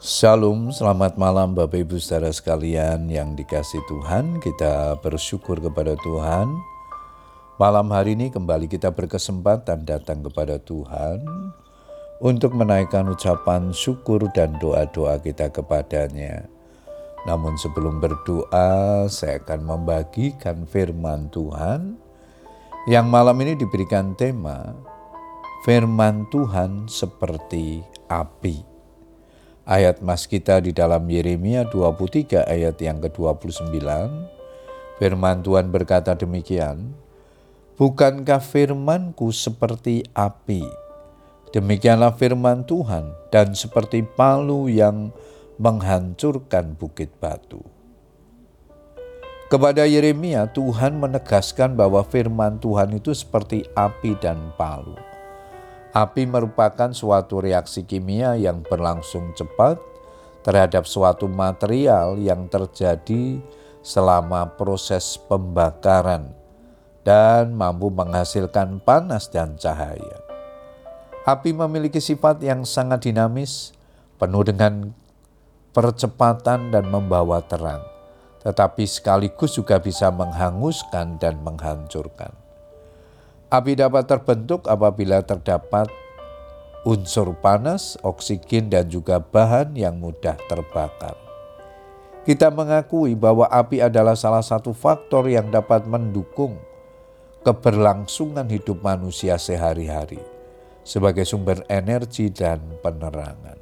Shalom, selamat malam Bapak Ibu saudara sekalian yang dikasihi Tuhan. Kita bersyukur kepada Tuhan. Malam hari ini kembali kita berkesempatan datang kepada Tuhan untuk menaikkan ucapan syukur dan doa-doa kita kepadanya. Namun sebelum berdoa, saya akan membagikan firman Tuhan yang malam ini diberikan tema Firman Tuhan seperti api. Ayat mas kita di dalam Yeremia 23 ayat yang ke-29, firman Tuhan berkata demikian, "Bukankah firmanku seperti api? Demikianlah firman Tuhan, dan seperti palu yang menghancurkan bukit batu." Kepada Yeremia, Tuhan menegaskan bahwa firman Tuhan itu seperti api dan palu. Api merupakan suatu reaksi kimia yang berlangsung cepat terhadap suatu material yang terjadi selama proses pembakaran dan mampu menghasilkan panas dan cahaya. Api memiliki sifat yang sangat dinamis, penuh dengan percepatan dan membawa terang, tetapi sekaligus juga bisa menghanguskan dan menghancurkan. Api dapat terbentuk apabila terdapat unsur panas, oksigen, dan juga bahan yang mudah terbakar. Kita mengakui bahwa api adalah salah satu faktor yang dapat mendukung keberlangsungan hidup manusia sehari-hari sebagai sumber energi dan penerangan.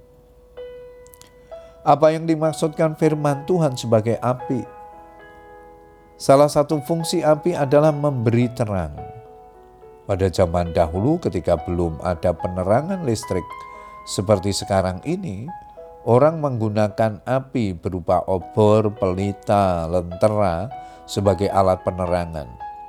Apa yang dimaksudkan firman Tuhan sebagai api? Salah satu fungsi api adalah memberi terang. Pada zaman dahulu ketika belum ada penerangan listrik seperti sekarang ini, orang menggunakan api berupa obor, pelita, lentera sebagai alat penerangan.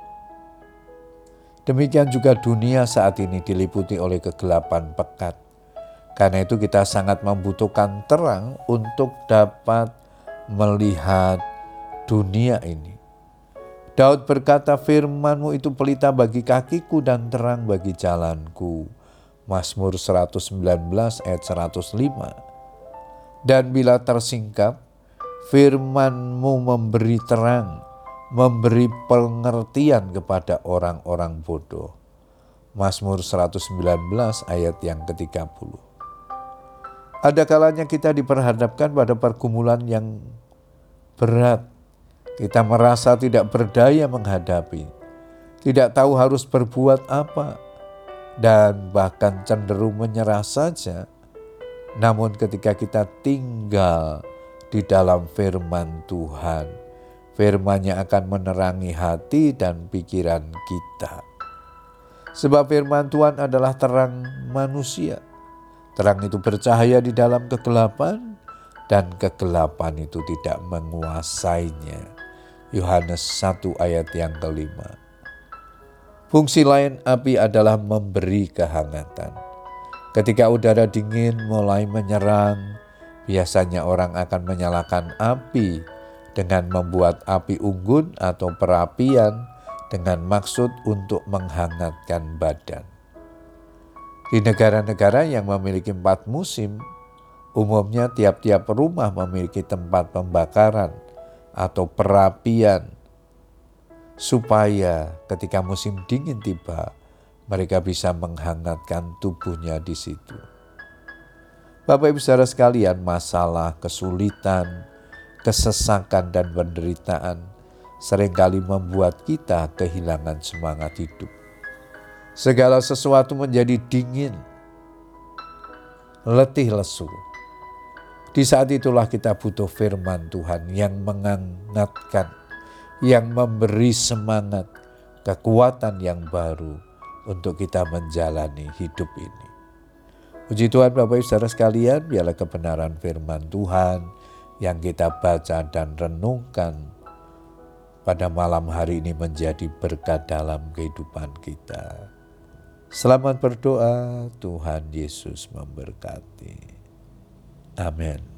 Demikian juga dunia saat ini diliputi oleh kegelapan pekat. Karena itu kita sangat membutuhkan terang untuk dapat melihat dunia ini. Daud berkata, "Firman-Mu itu pelita bagi kakiku dan terang bagi jalanku." Mazmur 119 ayat 105. Dan bila tersingkap, firman-Mu memberi terang, memberi pengertian kepada orang-orang bodoh. Mazmur 119 ayat yang ke-30. Ada kalanya kita diperhadapkan pada pergumulan yang berat. Kita merasa tidak berdaya menghadapi, tidak tahu harus berbuat apa, dan bahkan cenderung menyerah saja. Namun ketika kita tinggal di dalam firman Tuhan, firman-Nya akan menerangi hati dan pikiran kita. Sebab firman Tuhan adalah terang manusia. Terang itu bercahaya di dalam kegelapan, dan kegelapan itu tidak menguasainya. Yohanes 1 ayat yang ke-5. Fungsi lain api adalah memberi kehangatan. Ketika udara dingin mulai menyerang, biasanya orang akan menyalakan api dengan membuat api unggun atau perapian dengan maksud untuk menghangatkan badan. Di negara-negara yang memiliki 4 musim, umumnya tiap-tiap rumah memiliki tempat pembakaran atau perapian supaya ketika musim dingin tiba, mereka bisa menghangatkan tubuhnya di situ. Bapak Ibu saudara sekalian, masalah, kesulitan, kesesakan dan penderitaan seringkali membuat kita kehilangan semangat hidup. Segala sesuatu menjadi dingin, letih lesu. Di saat itulah kita butuh firman Tuhan yang menghangatkan, yang memberi semangat, kekuatan yang baru untuk kita menjalani hidup ini. Puji Tuhan Bapak Ibu saudara sekalian, biarlah kebenaran firman Tuhan yang kita baca dan renungkan pada malam hari ini menjadi berkat dalam kehidupan kita. Selamat berdoa, Tuhan Yesus memberkati. Amin.